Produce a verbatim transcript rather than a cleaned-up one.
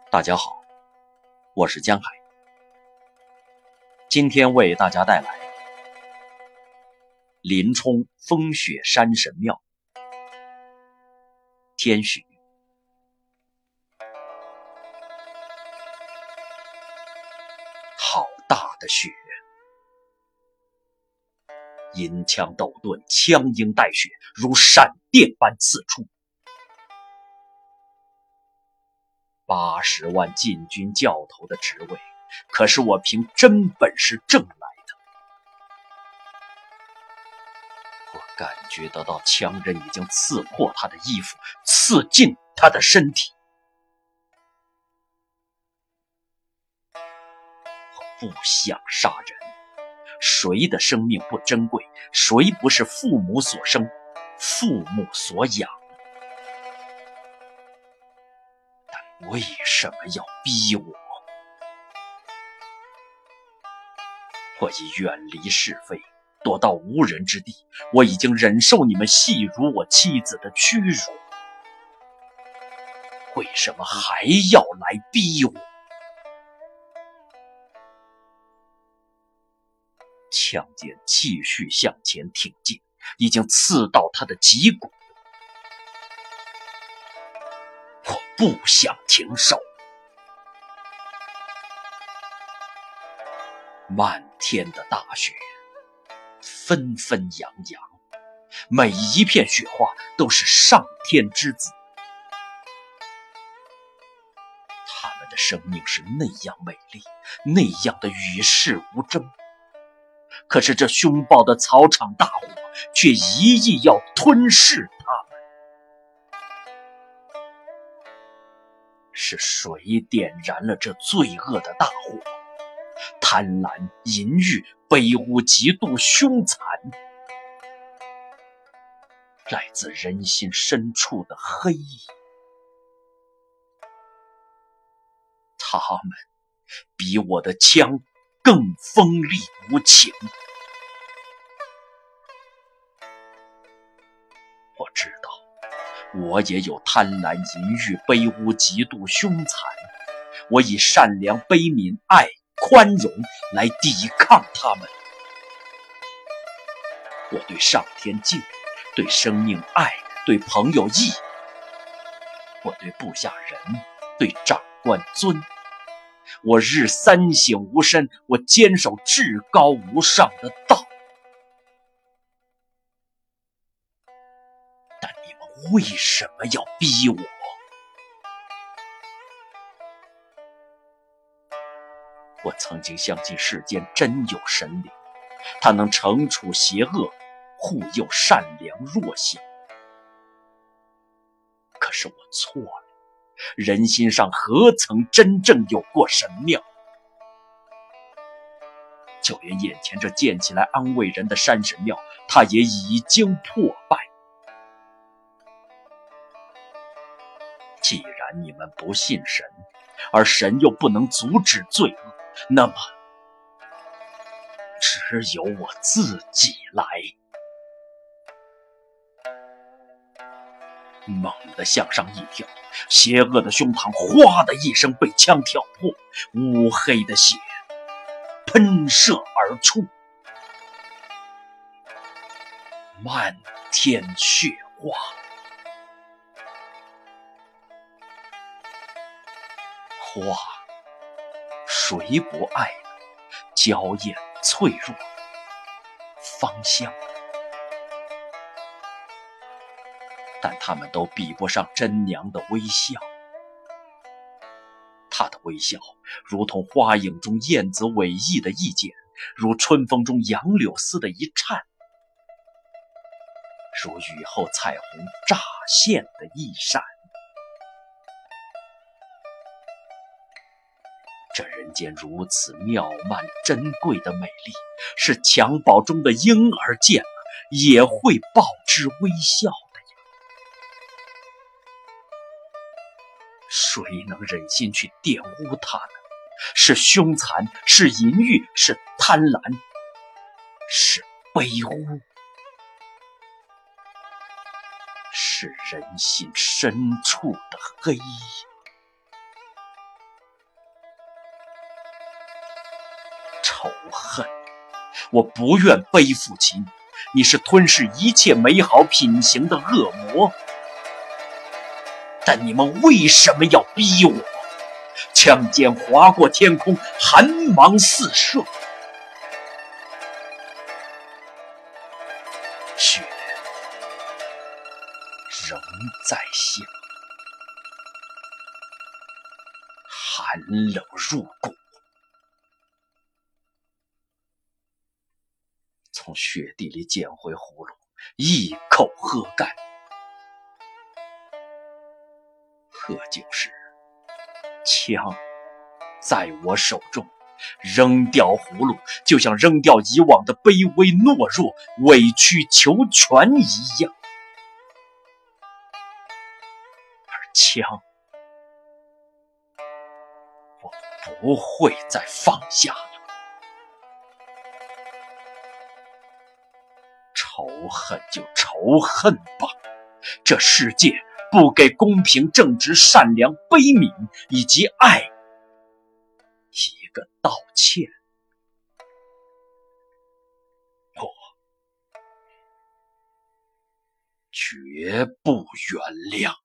大家好，我是江海，今天为大家带来林冲风雪山神庙。天许，好大的雪，银枪斗盾，枪鹰带雪，如闪电般刺出。八十万禁军教头的职位，可是我凭真本事挣来的。我感觉得到枪刃已经刺破他的衣服，刺进他的身体。我不想杀人，谁的生命不珍贵？谁不是父母所生，父母所养？为什么要逼我？我已远离是非，躲到无人之地。我已经忍受你们戏辱我妻子的屈辱，为什么还要来逼我？枪尖继续向前挺进，已经刺到他的脊骨。不想停手。漫天的大雪，纷纷扬扬，每一片雪花都是上天之子。他们的生命是那样美丽，那样的与世无争。可是这凶暴的草场大火，却一意要吞噬他们。是谁点燃了这罪恶的大火？贪婪、淫欲、卑污、嫉妒、凶残，来自人心深处的黑意。他们比我的枪更锋利无情。我知道我也有贪婪、淫欲、卑污、嫉妒、凶残，我以善良、悲悯、爱、宽容来抵抗他们。我对上天敬，对生命爱，对朋友义。我对部下仁，对长官尊。我日三省吾身，我坚守至高无上的道。为什么要逼我？我曾经相信世间真有神灵，他能惩处邪恶，护佑善良弱小。可是我错了，人心上何曾真正有过神庙？就连眼前这建起来安慰人的山神庙，它也已经破败。既然你们不信神，而神又不能阻止罪恶，那么只有我自己来。猛地向上一跳，邪恶的胸膛哗的一声被枪挑破，乌黑的血喷射而出，漫天血花。花，谁不爱呢？娇艳脆弱，芳香。但他们都比不上真娘的微笑。她的微笑，如同花影中燕子尾翼的一剪，如春风中杨柳丝的一颤，如雨后彩虹乍现的一闪。这人间如此妙曼珍贵的美丽，是襁褓中的婴儿见了也会报之微笑的呀。谁能忍心去玷污它呢？是凶残，是淫欲，是贪婪，是卑污，是人心深处的黑。 仇恨，我不愿背负起你，你是吞噬一切美好品行的恶魔。但你们为什么要逼我？枪尖划过天空，寒芒四射，雪仍在下，寒冷入骨。从雪地里捡回葫芦，一口喝干。喝酒时，枪在我手中，扔掉葫芦就像扔掉以往的卑微懦弱、委曲求全一样。而枪，我不会再放下了。仇恨就仇恨吧，这世界不给公平、正直、善良、悲悯以及爱一个道歉。我绝不原谅。